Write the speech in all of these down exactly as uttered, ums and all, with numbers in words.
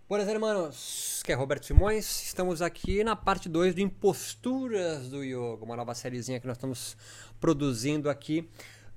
Buenas, hermanos, que é Roberto Simões. Estamos aqui na parte dois do Imposturas do Yoga, uma nova sériezinha que nós estamos produzindo aqui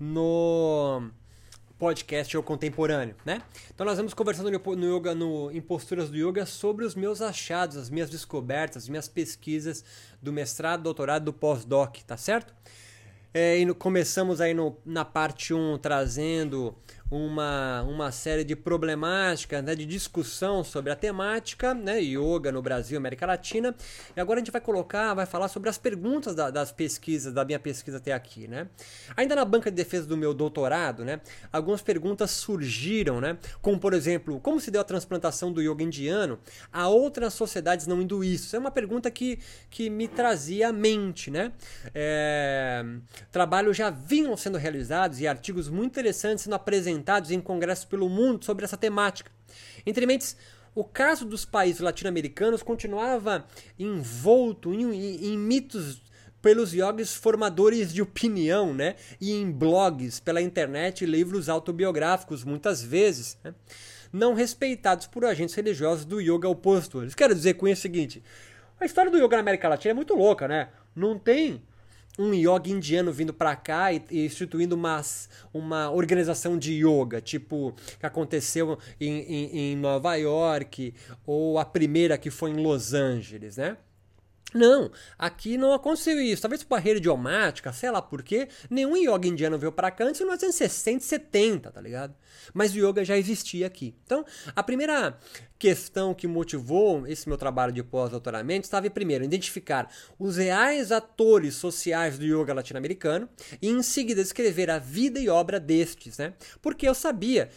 no podcast Yoga Contemporâneo, né? Então nós vamos conversando no Yoga, no Imposturas do Yoga, sobre os meus achados, as minhas descobertas, as minhas pesquisas do mestrado, doutorado, do pós-doc, tá certo? É, e no, começamos aí no, na parte um trazendo uma, uma série de problemáticas, né, de discussão sobre a temática, né, yoga no Brasil e América Latina. E agora a gente vai colocar, vai falar sobre as perguntas da, das pesquisas, da minha pesquisa até aqui, né. Ainda na banca de defesa do meu doutorado, né, algumas perguntas surgiram, né, como por exemplo, como se deu a transplantação do yoga indiano a outras sociedades não hinduístas? É uma pergunta que, que me trazia à mente, né. É... Trabalhos já vinham sendo realizados e artigos muito interessantes sendo apresentados em congressos pelo mundo sobre essa temática. Entre mentes, o caso dos países latino-americanos continuava envolto em, em, em mitos pelos yogis formadores de opinião, né? E em blogs pela internet e livros autobiográficos, muitas vezes, né? Não respeitados por agentes religiosos do yoga oposto. Eles querem dizer com isso o seguinte: a história do yoga na América Latina é muito louca, né? Não tem um yoga indiano vindo pra cá e, e instituindo uma, uma organização de yoga, tipo, que aconteceu em, em, em Nova York, ou a primeira que foi em Los Angeles, né? Não, aqui não aconteceu isso. Talvez por barreira idiomática, sei lá por quê, nenhum yoga indiano veio para cá antes de mil novecentos e sessenta e setenta, tá ligado? Mas o yoga já existia aqui. Então, a primeira questão que motivou esse meu trabalho de pós-doutoramento estava, primeiro, em identificar os reais atores sociais do yoga latino-americano e, em seguida, escrever a vida e obra destes, né? Porque eu sabia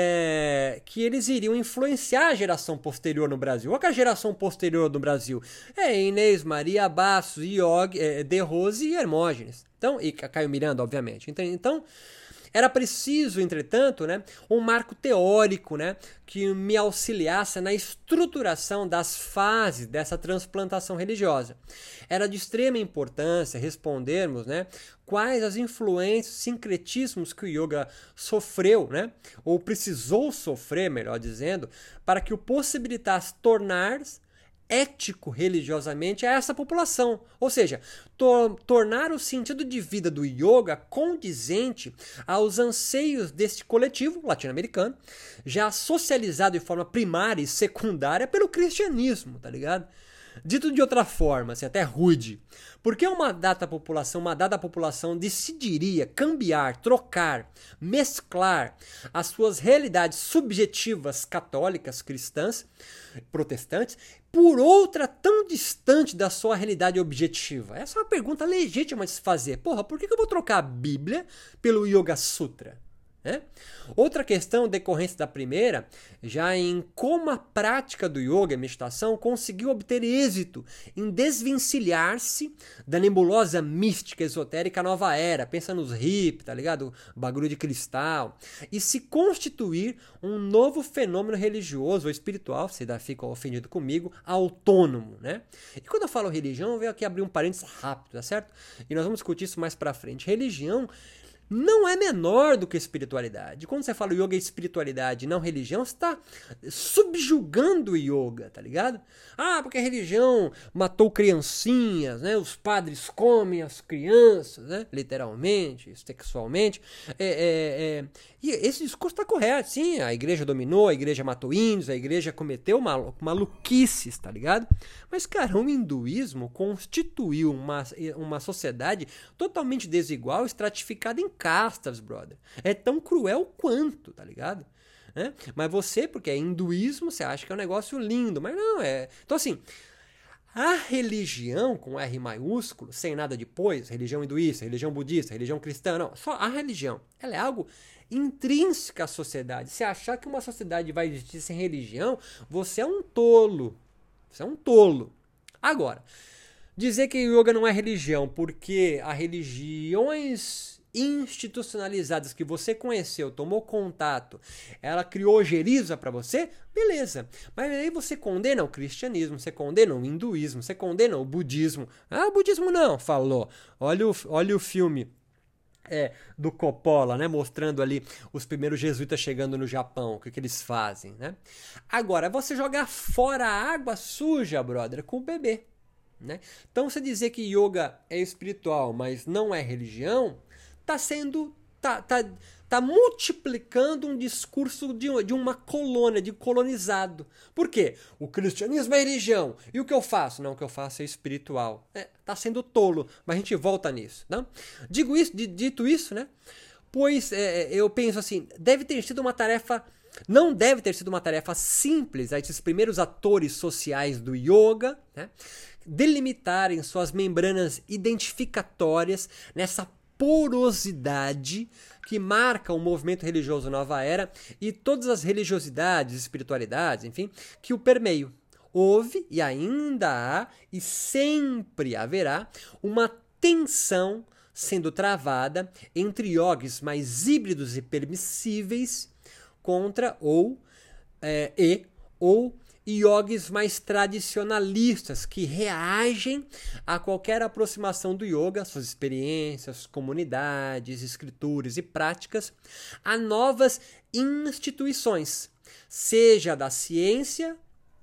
É, que eles iriam influenciar a geração posterior no Brasil. Qual que é a geração posterior no Brasil? É Inês, Maria Bastos, Iog, é, De Rose e Hermógenes. Então, e Caio Miranda, obviamente. Então, era preciso, entretanto, né, um marco teórico, né, que me auxiliasse na estruturação das fases dessa transplantação religiosa. Era de extrema importância respondermos, né, quais as influências, sincretismos que o yoga sofreu, né, ou precisou sofrer, melhor dizendo, para que o possibilitasse tornar-se ético religiosamente a essa população, ou seja, to tornar o sentido de vida do yoga condizente aos anseios deste coletivo latino-americano, já socializado de forma primária e secundária pelo cristianismo, tá ligado? Dito de outra forma, assim, até rude, porque uma dada população, uma dada população decidiria cambiar, trocar, mesclar as suas realidades subjetivas católicas, cristãs, protestantes, por outra tão distante da sua realidade objetiva? Essa é uma pergunta legítima de se fazer. Porra, por que eu vou trocar a Bíblia pelo Yoga Sutra? É? Outra questão decorrente da primeira, já em como a prática do yoga e meditação conseguiu obter êxito em desvencilhar-se da nebulosa mística esotérica nova era, pensa nos hippies, tá ligado? Bagulho de cristal, e se constituir um novo fenômeno religioso ou espiritual, se dá fica ofendido comigo, autônomo, né? E quando eu falo religião, eu venho aqui abrir um parênteses rápido, tá certo? E nós vamos discutir isso mais pra frente. Religião não é menor do que espiritualidade. Quando você fala yoga e espiritualidade, não religião, você está subjugando o yoga, tá ligado? Ah, porque a religião matou criancinhas, né? Os padres comem as crianças, né? Literalmente, sexualmente. É, é, é... E esse discurso está correto, sim. A igreja dominou, a igreja matou índios, a igreja cometeu malu maluquices, tá ligado? Mas, cara, o hinduísmo constituiu uma, uma sociedade totalmente desigual, estratificada em castas, brother. É tão cruel quanto, tá ligado? É? Mas você, porque é hinduísmo, você acha que é um negócio lindo, mas não é. Então, assim, a religião com R maiúsculo, sem nada depois, religião hinduísta, religião budista, religião cristã, não, só a religião, ela é algo intrínseca à sociedade. Se achar que uma sociedade vai existir sem religião, você é um tolo. Você é um tolo. Agora, dizer que o yoga não é religião porque as religiões institucionalizadas que você conheceu, tomou contato, ela criou ojeriza para você, beleza. Mas aí você condena o cristianismo, você condena o hinduísmo, você condena o budismo. Ah, o budismo não, falou. Olha o, olha o filme É, do Coppola, né? Mostrando ali os primeiros jesuítas chegando no Japão, o que, que eles fazem, né? Agora, você jogar fora a água suja, brother, com o bebê, né? Então, você dizer que yoga é espiritual, mas não é religião, tá sendo... Tá, tá, tá multiplicando um discurso de, de uma colônia, de colonizado. Por quê? O cristianismo é religião. E o que eu faço? Não, o que eu faço é espiritual. É, tá sendo tolo, mas a gente volta nisso. Não? Digo isso, dito isso, né? Pois é, eu penso assim, deve ter sido uma tarefa... Não deve ter sido uma tarefa simples a esses primeiros atores sociais do yoga, né, delimitarem suas membranas identificatórias nessa porosidade que marca o movimento religioso Nova Era e todas as religiosidades, espiritualidades, enfim, que o permeiam. Houve e ainda há e sempre haverá uma tensão sendo travada entre yogis mais híbridos e permissíveis contra ou é, e ou yogis mais tradicionalistas que reagem a qualquer aproximação do yoga, suas experiências, comunidades, escrituras e práticas, a novas instituições, seja da ciência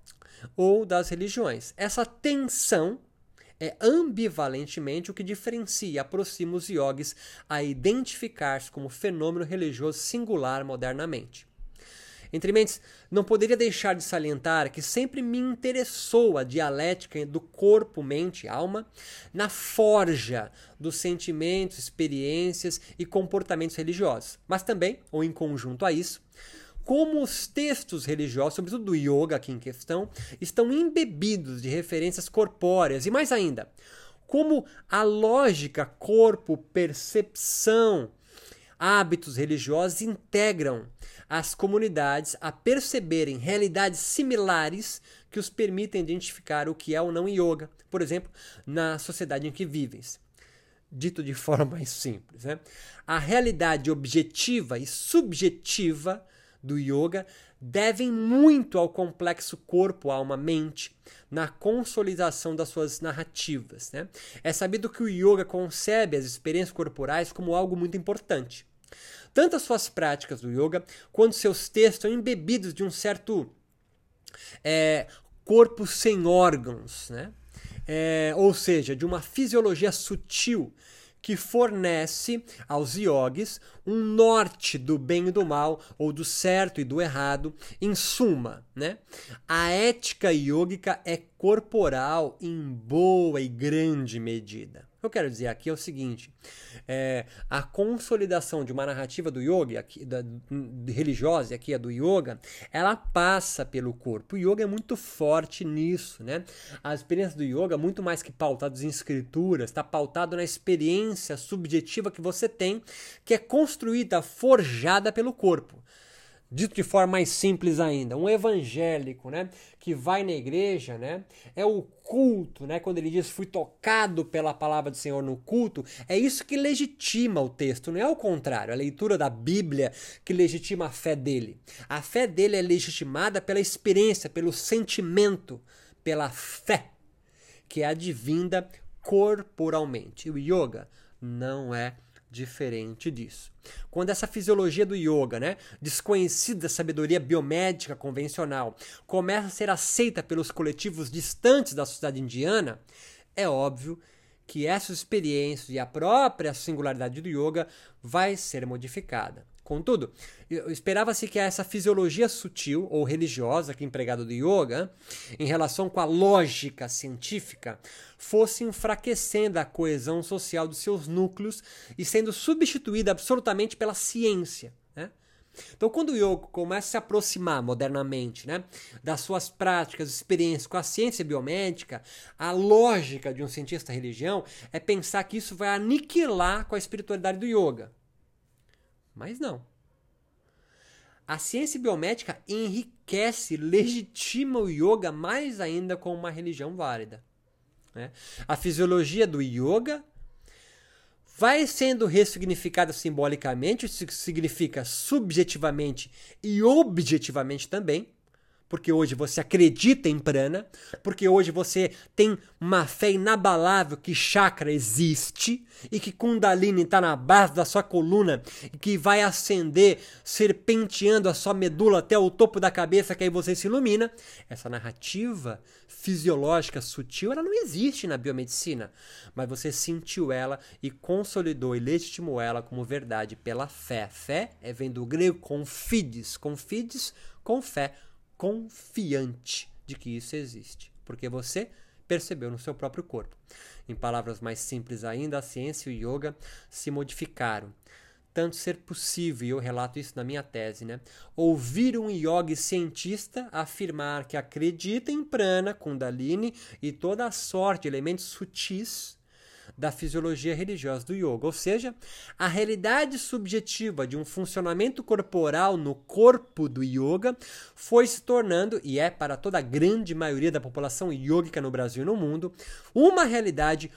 ou das religiões. Essa tensão é ambivalentemente o que diferencia e aproxima os yogis a identificar-se como fenômeno religioso singular modernamente. Entre mentes, não poderia deixar de salientar que sempre me interessou a dialética do corpo, mente e alma na forja dos sentimentos, experiências e comportamentos religiosos, mas também, ou em conjunto a isso, como os textos religiosos, sobretudo do yoga aqui em questão, estão embebidos de referências corpóreas e mais ainda, como a lógica corpo-percepção, hábitos religiosos integram as comunidades a perceberem realidades similares que os permitem identificar o que é ou não yoga, por exemplo, na sociedade em que vivem. Dito de forma mais simples, né? A realidade objetiva e subjetiva do yoga devem muito ao complexo corpo, alma, mente, na consolidação das suas narrativas, né? É sabido que o yoga concebe as experiências corporais como algo muito importante. Tanto as suas práticas do yoga, quanto seus textos são embebidos de um certo é, corpo sem órgãos, né? É, ou seja, de uma fisiologia sutil que fornece aos yogis um norte do bem e do mal, ou do certo e do errado. Em suma, né? A ética yógica é corporal em boa e grande medida. O que eu quero dizer aqui é o seguinte, é, a consolidação de uma narrativa do yoga, aqui, da, de religiosa, aqui é do yoga, ela passa pelo corpo. O yoga é muito forte nisso, né? A experiência do yoga, muito mais que pautados em escrituras, está pautado na experiência subjetiva que você tem, que é construída, forjada pelo corpo. Dito de forma mais simples ainda, um evangélico, né, que vai na igreja, né, é o culto, né, quando ele diz fui tocado pela palavra do Senhor no culto, é isso que legitima o texto, não é o contrário, a leitura da Bíblia que legitima a fé dele. A fé dele é legitimada pela experiência, pelo sentimento, pela fé, que é advinda corporalmente. E o yoga não é diferente disso. Quando essa fisiologia do yoga, né, desconhecida da sabedoria biomédica convencional, começa a ser aceita pelos coletivos distantes da sociedade indiana, é óbvio que essas experiências e a própria singularidade do yoga vai ser modificada. Contudo, esperava-se que essa fisiologia sutil ou religiosa que é empregada do yoga, em relação com a lógica científica, fosse enfraquecendo a coesão social dos seus núcleos e sendo substituída absolutamente pela ciência, né? Então, quando o yoga começa a se aproximar modernamente, né, das suas práticas, experiências com a ciência biomédica, a lógica de um cientista da religião é pensar que isso vai aniquilar com a espiritualidade do yoga. Mas não. A ciência biomédica enriquece, legitima o yoga mais ainda como uma religião válida, né? A fisiologia do yoga vai sendo ressignificada simbolicamente, isso significa subjetivamente e objetivamente também, porque hoje você acredita em prana, porque hoje você tem uma fé inabalável que chakra existe e que Kundalini está na base da sua coluna e que vai ascender, serpenteando a sua medula até o topo da cabeça, que aí você se ilumina. Essa narrativa fisiológica sutil, ela não existe na biomedicina, mas você sentiu ela e consolidou e legitimou ela como verdade pela fé. Fé é, vem do grego confides, confides com fé, confiante de que isso existe, porque você percebeu no seu próprio corpo. Em palavras mais simples ainda, a ciência e o yoga se modificaram. Tanto ser possível, e eu relato isso na minha tese, né? Ouvir um yogi cientista afirmar que acredita em prana, kundalini e toda a sorte de elementos sutis da fisiologia religiosa do yoga, ou seja, a realidade subjetiva de um funcionamento corporal no corpo do yoga foi se tornando, e é para toda a grande maioria da população yógica no Brasil e no mundo, uma realidade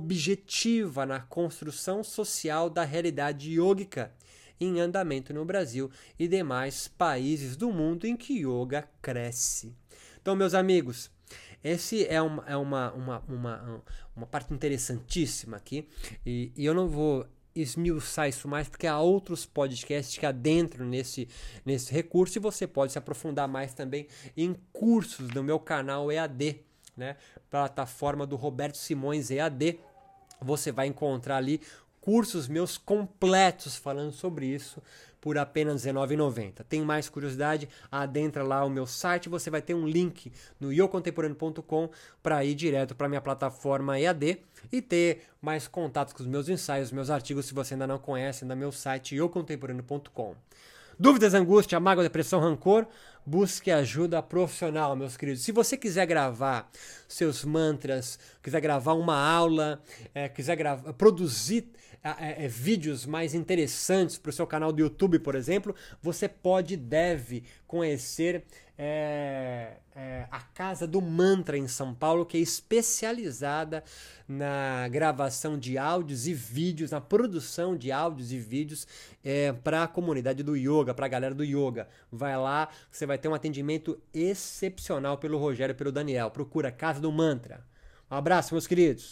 objetiva na construção social da realidade yógica em andamento no Brasil e demais países do mundo em que yoga cresce. Então, meus amigos, esse é uma, é uma, uma, uma, uma parte interessantíssima aqui, e, e eu não vou esmiuçar isso mais, porque há outros podcasts que adentram nesse, nesse recurso, e você pode se aprofundar mais também em cursos do meu canal E A D, né? Plataforma do Roberto Simões E A D. Você vai encontrar ali cursos meus completos falando sobre isso por apenas dezenove reais e noventa centavos. Tem mais curiosidade? Adentra lá o meu site, você vai ter um link no yo contemporâneo ponto com para ir direto para minha plataforma E A D e ter mais contatos com os meus ensaios, meus artigos, se você ainda não conhece, no meu site yo contemporâneo ponto com. Dúvidas, angústia, mágoa, depressão, rancor? Busque ajuda profissional, meus queridos. Se você quiser gravar seus mantras, quiser gravar uma aula, é, quiser gravar, produzir é, é, vídeos mais interessantes para o seu canal do YouTube, por exemplo, você pode e deve conhecer é, é, a Casa do Mantra em São Paulo, que é especializada na gravação de áudios e vídeos, na produção de áudios e vídeos é, para a comunidade do yoga, para a galera do yoga. Vai lá, você vai ter um atendimento excepcional pelo Rogério e pelo Daniel. Procura Casa do Mantra. Um abraço, meus queridos.